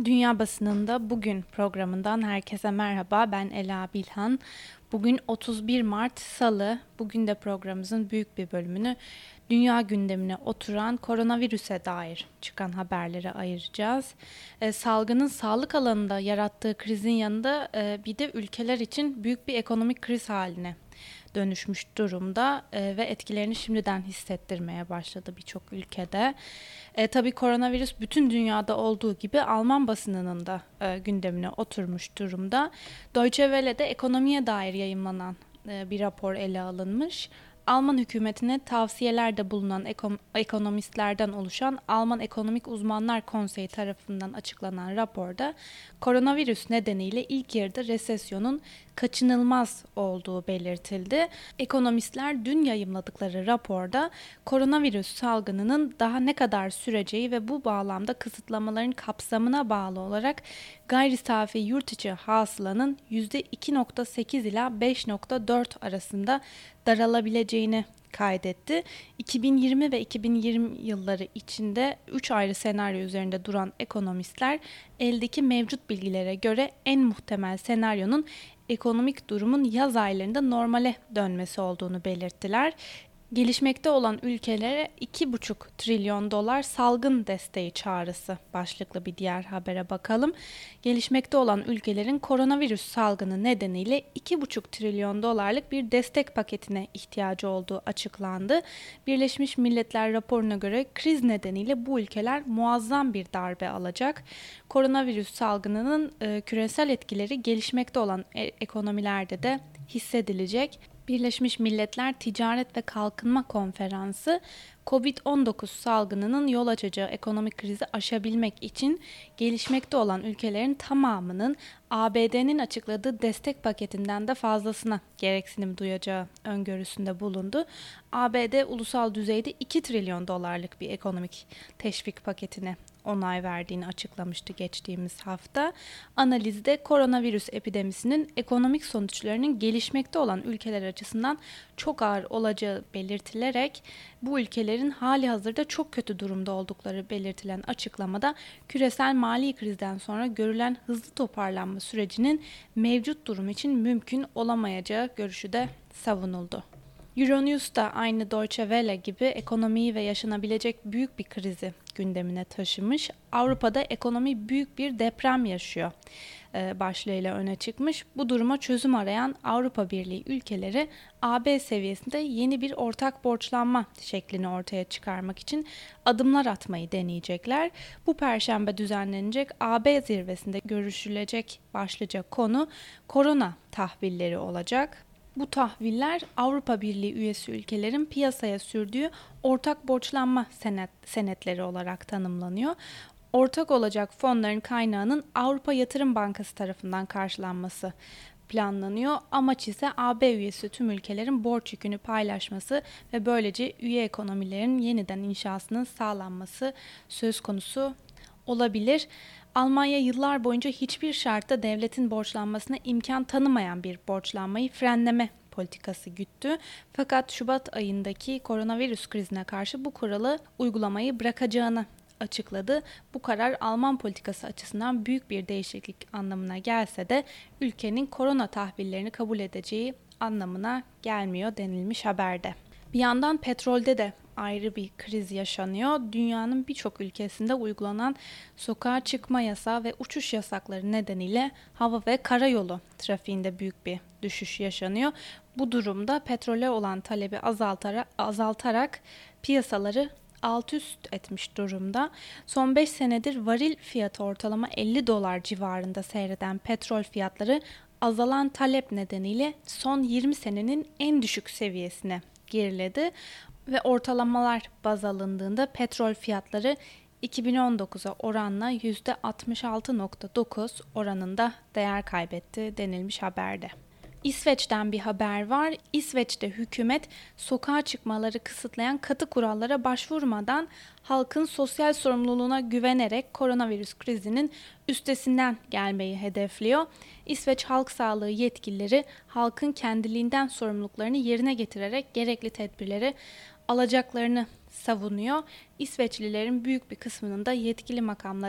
Dünya Basınında Bugün programından herkese merhaba. Ben Ela Bilhan. Bugün 31 Mart Salı. Bugün de programımızın büyük bir bölümünü dünya gündemine oturan koronavirüse dair çıkan haberlere ayıracağız. Salgının sağlık alanında yarattığı krizin yanında bir de ülkeler için büyük bir ekonomik kriz haline dönüşmüş durumda ve etkilerini şimdiden hissettirmeye başladı birçok ülkede. Tabii koronavirüs bütün dünyada olduğu gibi Alman basınının da gündemine oturmuş durumda. Deutsche Welle'de ekonomiye dair yayımlanan bir rapor ele alınmış. Alman hükümetine tavsiyelerde bulunan ekonomistlerden oluşan Alman Ekonomik Uzmanlar Konseyi tarafından açıklanan raporda koronavirüs nedeniyle ilk yarıda resesyonun kaçınılmaz olduğu belirtildi. Ekonomistler dün yayımladıkları raporda koronavirüs salgınının daha ne kadar süreceği ve bu bağlamda kısıtlamaların kapsamına bağlı olarak gayri safi yurt içi hasılanın %2,8 ila 5,4 arasında daralabileceğini kaydetti. 2020 ve 2020 yılları içinde 3 ayrı senaryo üzerinde duran ekonomistler eldeki mevcut bilgilere göre en muhtemel senaryonun ekonomik durumun yaz aylarında normale dönmesi olduğunu belirttiler. Gelişmekte olan ülkelere 2,5 trilyon dolar salgın desteği çağrısı başlıklı bir diğer habere bakalım. Gelişmekte olan ülkelerin koronavirüs salgını nedeniyle 2,5 trilyon dolarlık bir destek paketine ihtiyacı olduğu açıklandı. Birleşmiş Milletler raporuna göre kriz nedeniyle bu ülkeler muazzam bir darbe alacak. Koronavirüs salgınının küresel etkileri gelişmekte olan ekonomilerde de hissedilecek. Birleşmiş Milletler Ticaret ve Kalkınma Konferansı, Covid-19 salgınının yol açacağı ekonomik krizi aşabilmek için gelişmekte olan ülkelerin tamamının ABD'nin açıkladığı destek paketinden de fazlasına gereksinim duyacağı öngörüsünde bulundu. ABD ulusal düzeyde 2 trilyon dolarlık bir ekonomik teşvik paketine onay verdiğini açıklamıştı geçtiğimiz hafta. Analizde koronavirüs epidemisinin ekonomik sonuçlarının gelişmekte olan ülkeler açısından çok ağır olacağı belirtilerek bu ülkelerin hali hazırda çok kötü durumda oldukları belirtilen açıklamada küresel mali krizden sonra görülen hızlı toparlanma sürecinin mevcut durum için mümkün olamayacağı görüşü de savunuldu. Euronews da aynı Deutsche Welle gibi ekonomiyi ve yaşanabilecek büyük bir krizi gündemine taşımış. Avrupa'da ekonomi büyük bir deprem yaşıyor başlığıyla öne çıkmış. Bu duruma çözüm arayan Avrupa Birliği ülkeleri AB seviyesinde yeni bir ortak borçlanma şeklini ortaya çıkarmak için adımlar atmayı deneyecekler. Bu perşembe düzenlenecek AB zirvesinde görüşülecek başlıca konu korona tahvilleri olacak. Bu tahviller Avrupa Birliği üyesi ülkelerin piyasaya sürdüğü ortak borçlanma senetleri olarak tanımlanıyor. Ortak olacak fonların kaynağının Avrupa Yatırım Bankası tarafından karşılanması planlanıyor. Amaç ise AB üyesi tüm ülkelerin borç yükünü paylaşması ve böylece üye ekonomilerin yeniden inşasının sağlanması söz konusu olabilir. Almanya yıllar boyunca hiçbir şartta devletin borçlanmasına imkan tanımayan bir borçlanmayı frenleme politikası güttü. Fakat Şubat ayındaki koronavirüs krizine karşı bu kuralı uygulamayı bırakacağını açıkladı. Bu karar Alman politikası açısından büyük bir değişiklik anlamına gelse de ülkenin korona tahvillerini kabul edeceği anlamına gelmiyor denilmiş haberde. Bir yandan petrolde de ayrı bir kriz yaşanıyor. Dünyanın birçok ülkesinde uygulanan sokağa çıkma yasağı ve uçuş yasakları nedeniyle hava ve karayolu trafiğinde büyük bir düşüş yaşanıyor. Bu durumda petrole olan talebi azaltarak piyasaları alt üst etmiş durumda. Son 5 senedir varil fiyatı ortalama 50 dolar civarında seyreden petrol fiyatları azalan talep nedeniyle son 20 senenin en düşük seviyesine geriledi ve ortalamalar baz alındığında petrol fiyatları 2019'a oranla %66,9 oranında değer kaybetti denilmiş haberde. İsveç'ten bir haber var. İsveç'te hükümet sokağa çıkmaları kısıtlayan katı kurallara başvurmadan halkın sosyal sorumluluğuna güvenerek koronavirüs krizinin üstesinden gelmeyi hedefliyor. İsveç Halk Sağlığı yetkilileri halkın kendiliğinden sorumluluklarını yerine getirerek gerekli tedbirleri alacaklarını savunuyor. İsveçlilerin büyük bir kısmının da yetkili makamlara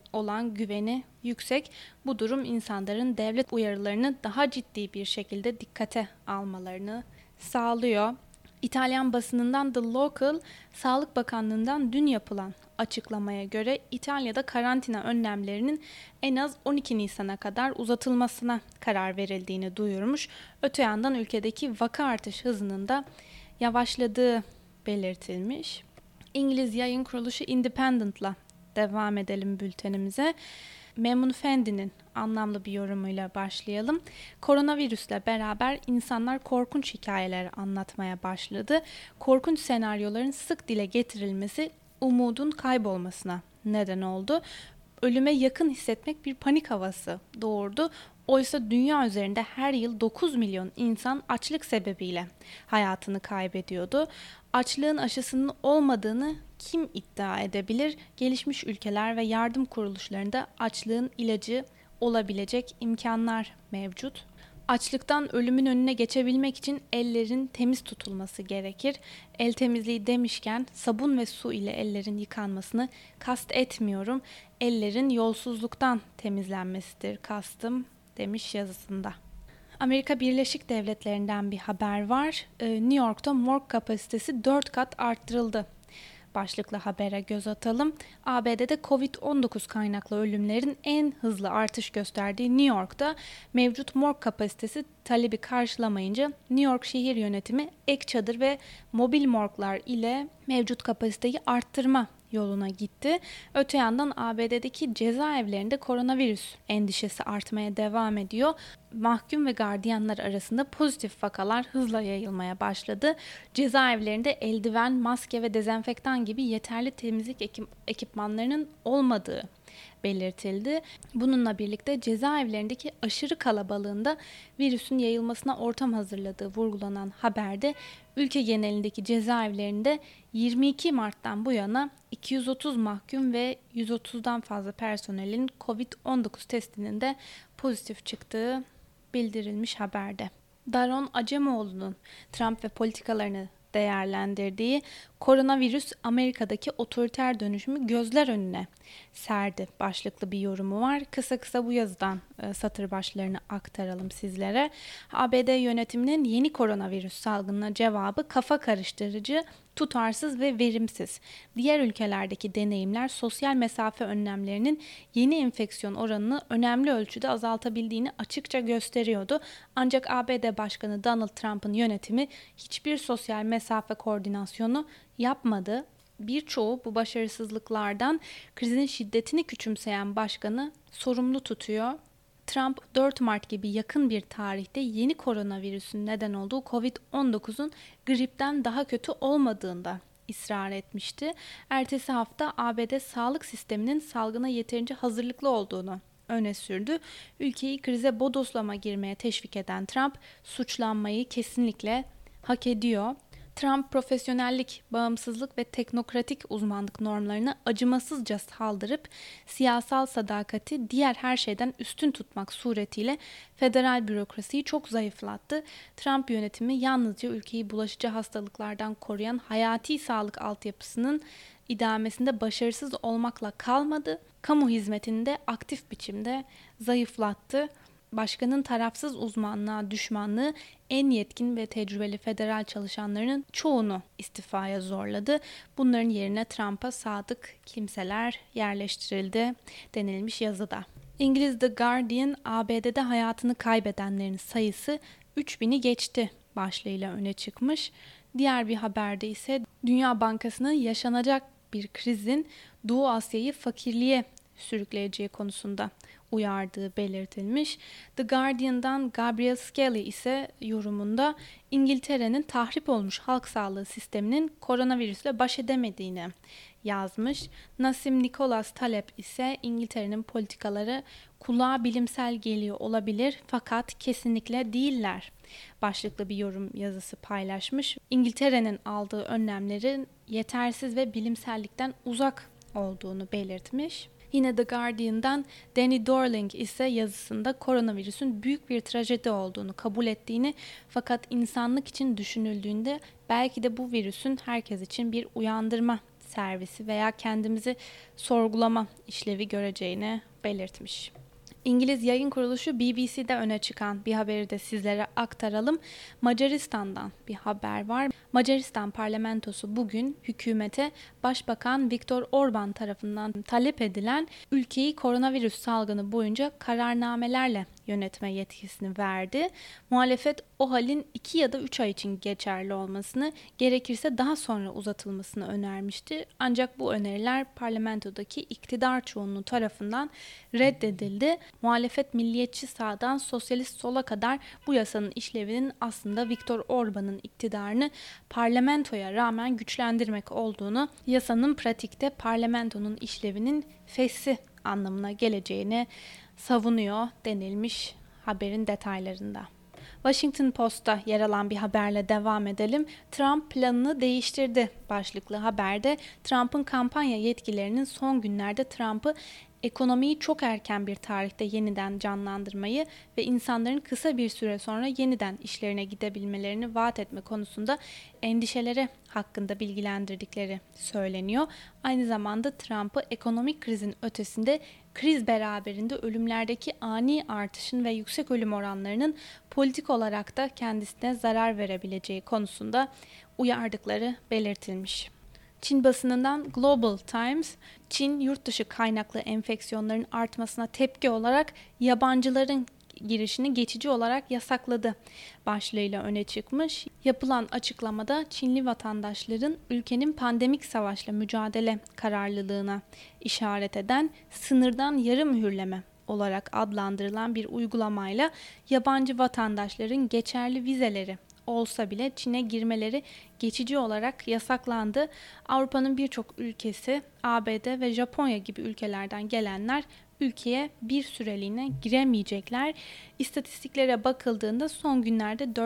olan güveni yüksek. Bu durum insanların devlet uyarılarını daha ciddi bir şekilde dikkate almalarını sağlıyor. İtalyan basınından The Local, Sağlık Bakanlığı'ndan dün yapılan açıklamaya göre İtalya'da karantina önlemlerinin en az 12 Nisan'a kadar uzatılmasına karar verildiğini duyurmuş. Öte yandan ülkedeki vaka artış hızının da yavaşladığı belirtilmiş. İngiliz yayın kuruluşu Independent'la devam edelim bültenimize. Memon Fendi'nin anlamlı bir yorumuyla başlayalım. Koronavirüsle beraber insanlar korkunç hikayeler anlatmaya başladı. Korkunç senaryoların sık dile getirilmesi umudun kaybolmasına neden oldu. Ölüme yakın hissetmek bir panik havası doğurdu. Oysa dünya üzerinde her yıl 9 milyon insan açlık sebebiyle hayatını kaybediyordu. Açlığın aşısının olmadığını kim iddia edebilir? Gelişmiş ülkeler ve yardım kuruluşlarında açlığın ilacı olabilecek imkanlar mevcut. Açlıktan ölümün önüne geçebilmek için ellerin temiz tutulması gerekir. El temizliği demişken sabun ve su ile ellerin yıkanmasını kast etmiyorum. Ellerin yolsuzluktan temizlenmesidir kastım demiş yazısında. Amerika Birleşik Devletleri'nden bir haber var. New York'ta morg kapasitesi 4 kat arttırıldı. Başlıklı habere göz atalım. ABD'de Covid-19 kaynaklı ölümlerin en hızlı artış gösterdiği New York'ta mevcut morg kapasitesi talebi karşılamayınca New York şehir yönetimi ek çadır ve mobil morglar ile mevcut kapasiteyi arttırma yoluna gitti. Öte yandan ABD'deki cezaevlerinde koronavirüs endişesi artmaya devam ediyor. Mahkum ve gardiyanlar arasında pozitif vakalar hızla yayılmaya başladı. Cezaevlerinde eldiven, maske ve dezenfektan gibi yeterli temizlik ekipmanlarının olmadığı belirtildi. Bununla birlikte cezaevlerindeki aşırı kalabalığında virüsün yayılmasına ortam hazırladığı vurgulanan haberde ülke genelindeki cezaevlerinde 22 Mart'tan bu yana 230 mahkum ve 130'dan fazla personelin Covid-19 testinin de pozitif çıktığı bildirilmiş haberde. Daron Acemoğlu'nun Trump ve politikalarını değerlendirdiği koronavirüs Amerika'daki otoriter dönüşümü gözler önüne serdi başlıklı bir yorumu var. Kısa kısa bu yazıdan satır başlarını aktaralım sizlere. ABD yönetiminin yeni koronavirüs salgınına cevabı kafa karıştırıcı, tutarsız ve verimsiz. Diğer ülkelerdeki deneyimler sosyal mesafe önlemlerinin yeni enfeksiyon oranını önemli ölçüde azaltabildiğini açıkça gösteriyordu. Ancak ABD Başkanı Donald Trump'ın yönetimi hiçbir sosyal mesafe koordinasyonu yapmadı. Birçoğu bu başarısızlıklardan krizin şiddetini küçümseyen başkanı sorumlu tutuyor. Trump 4 Mart gibi yakın bir tarihte yeni koronavirüsün neden olduğu Covid-19'un gripten daha kötü olmadığında ısrar etmişti. Ertesi hafta ABD sağlık sisteminin salgına yeterince hazırlıklı olduğunu öne sürdü. Ülkeyi krize bodoslama girmeye teşvik eden Trump suçlanmayı kesinlikle hak ediyor. Trump profesyonellik, bağımsızlık ve teknokratik uzmanlık normlarını acımasızca saldırıp siyasal sadakati diğer her şeyden üstün tutmak suretiyle federal bürokrasiyi çok zayıflattı. Trump yönetimi yalnızca ülkeyi bulaşıcı hastalıklardan koruyan hayati sağlık altyapısının idamesinde başarısız olmakla kalmadı, kamu hizmetini de aktif biçimde zayıflattı. Başkanın tarafsız uzmanlığa düşmanlığı en yetkin ve tecrübeli federal çalışanlarının çoğunu istifaya zorladı. Bunların yerine Trump'a sadık kimseler yerleştirildi denilmiş yazıda. İngiliz The Guardian, ABD'de hayatını kaybedenlerin sayısı 3000'i geçti başlığıyla öne çıkmış. Diğer bir haberde ise Dünya Bankası'nın yaşanacak bir krizin Doğu Asya'yı fakirliğe sürükleyeceği konusunda uyardığı belirtilmiş. The Guardian'dan Gabriel Skelly ise yorumunda İngiltere'nin tahrip olmuş halk sağlığı sisteminin koronavirüsle baş edemediğini yazmış. Nassim Nicholas Taleb ise İngiltere'nin politikaları kulağa bilimsel geliyor olabilir fakat kesinlikle değiller başlıklı bir yorum yazısı paylaşmış. İngiltere'nin aldığı önlemlerin yetersiz ve bilimsellikten uzak olduğunu belirtmiş. Yine The Guardian'dan Danny Dorling ise yazısında koronavirüsün büyük bir trajedi olduğunu kabul ettiğini fakat insanlık için düşünüldüğünde belki de bu virüsün herkes için bir uyandırma servisi veya kendimizi sorgulama işlevi göreceğini belirtmiş. İngiliz yayın kuruluşu BBC'de öne çıkan bir haberi de sizlere aktaralım. Macaristan'dan bir haber var. Macaristan parlamentosu bugün hükümete Başbakan Viktor Orban tarafından talep edilen ülkeyi koronavirüs salgını boyunca kararnamelerle yönetme yetkisini verdi. Muhalefet o halin 2 ya da 3 ay için geçerli olmasını, gerekirse daha sonra uzatılmasını önermişti. Ancak bu öneriler parlamentodaki iktidar çoğunluğu tarafından reddedildi. Muhalefet milliyetçi sağdan sosyalist sola kadar bu yasanın işlevinin aslında Viktor Orban'ın iktidarını parlamentoya rağmen güçlendirmek olduğunu, yasanın pratikte parlamentonun işlevinin fesih anlamına geleceğini savunuyor denilmiş haberin detaylarında. Washington Post'ta yer alan bir haberle devam edelim. Trump planını değiştirdi başlıklı haberde Trump'ın kampanya yetkilerinin son günlerde Trump'ı ekonomiyi çok erken bir tarihte yeniden canlandırmayı ve insanların kısa bir süre sonra yeniden işlerine gidebilmelerini vaat etme konusunda endişeleri hakkında bilgilendirdikleri söyleniyor. Aynı zamanda Trump'ı ekonomik krizin ötesinde kriz beraberinde ölümlerdeki ani artışın ve yüksek ölüm oranlarının politik olarak da kendisine zarar verebileceği konusunda uyardıkları belirtilmiş. Çin basınından Global Times, Çin yurt dışı kaynaklı enfeksiyonların artmasına tepki olarak yabancıların girişini geçici olarak yasakladı başlığıyla öne çıkmış. Yapılan açıklamada Çinli vatandaşların ülkenin pandemik savaşla mücadele kararlılığına işaret eden sınırdan yarı mühürleme olarak adlandırılan bir uygulamayla yabancı vatandaşların geçerli vizeleri olsa bile Çin'e girmeleri geçici olarak yasaklandı. Avrupa'nın birçok ülkesi, ABD ve Japonya gibi ülkelerden gelenler ülkeye bir süreliğine giremeyecekler. İstatistiklere bakıldığında son günlerde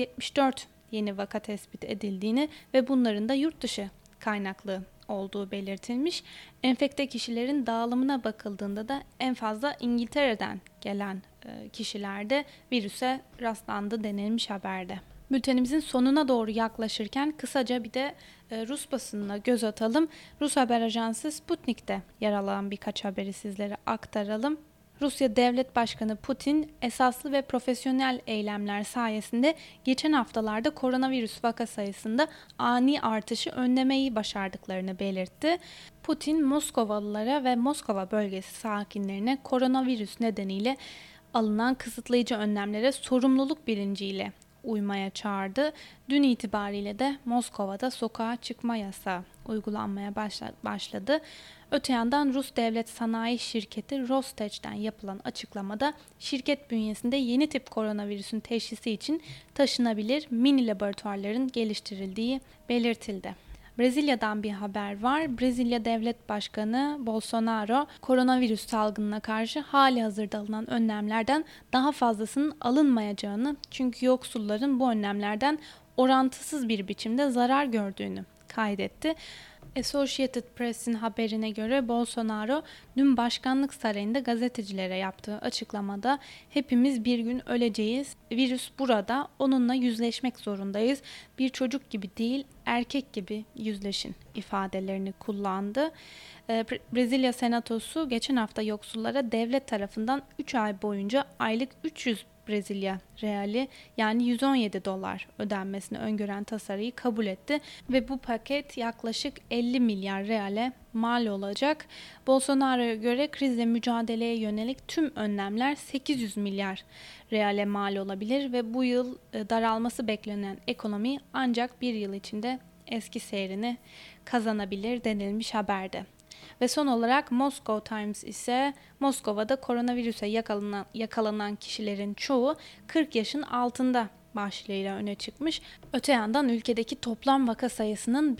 474 yeni vaka tespit edildiğini ve bunların da yurt dışı kaynaklı olduğu belirtilmiş. Enfekte kişilerin dağılımına bakıldığında da en fazla İngiltere'den gelen kişilerde virüse rastlandı denilmiş haberde. Bültenimizin sonuna doğru yaklaşırken kısaca bir de Rus basınına göz atalım. Rus haber ajansı Sputnik'te yer alan birkaç haberi sizlere aktaralım. Rusya Devlet Başkanı Putin, esaslı ve profesyonel eylemler sayesinde geçen haftalarda koronavirüs vaka sayısında ani artışı önlemeyi başardıklarını belirtti. Putin, Moskovalılara ve Moskova bölgesi sakinlerine koronavirüs nedeniyle alınan kısıtlayıcı önlemlere sorumluluk bilinciyle uymaya çağırdı. Dün itibariyle de Moskova'da sokağa çıkma yasağı uygulanmaya başladı. Öte yandan Rus devlet sanayi şirketi Rostech'ten yapılan açıklamada şirket bünyesinde yeni tip koronavirüsün teşhisi için taşınabilir mini laboratuvarların geliştirildiği belirtildi. Brezilya'dan bir haber var. Brezilya Devlet Başkanı Bolsonaro, koronavirüs salgınına karşı halihazırda alınan önlemlerden daha fazlasının alınmayacağını, çünkü yoksulların bu önlemlerden orantısız bir biçimde zarar gördüğünü kaydetti. Associated Press'in haberine göre Bolsonaro dün Başkanlık Sarayı'nda gazetecilere yaptığı açıklamada "Hepimiz bir gün öleceğiz. Virüs burada. Onunla yüzleşmek zorundayız. Bir çocuk gibi değil, erkek gibi yüzleşin" ifadelerini kullandı. Brezilya Senatosu geçen hafta yoksullara devlet tarafından 3 ay boyunca aylık 300 Brezilya reali yani $117 ödenmesini öngören tasarıyı kabul etti ve bu paket yaklaşık 50 milyar reale mal olacak. Bolsonaro'ya göre krizle mücadeleye yönelik tüm önlemler 800 milyar reale mal olabilir ve bu yıl daralması beklenen ekonomi ancak bir yıl içinde eski seyrini kazanabilir denilmiş haberde. Ve son olarak Moscow Times ise Moskova'da koronavirüse yakalanan kişilerin çoğu 40 yaşın altında başlığıyla öne çıkmış. Öte yandan ülkedeki toplam vaka sayısının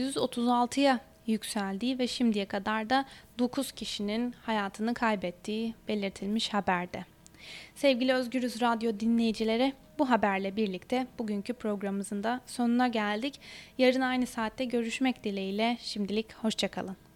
1836'ya yükseldiği ve şimdiye kadar da 9 kişinin hayatını kaybettiği belirtilmiş haberde. Sevgili Özgürüz Radyo dinleyicileri, bu haberle birlikte bugünkü programımızın da sonuna geldik. Yarın aynı saatte görüşmek dileğiyle şimdilik hoşça kalın.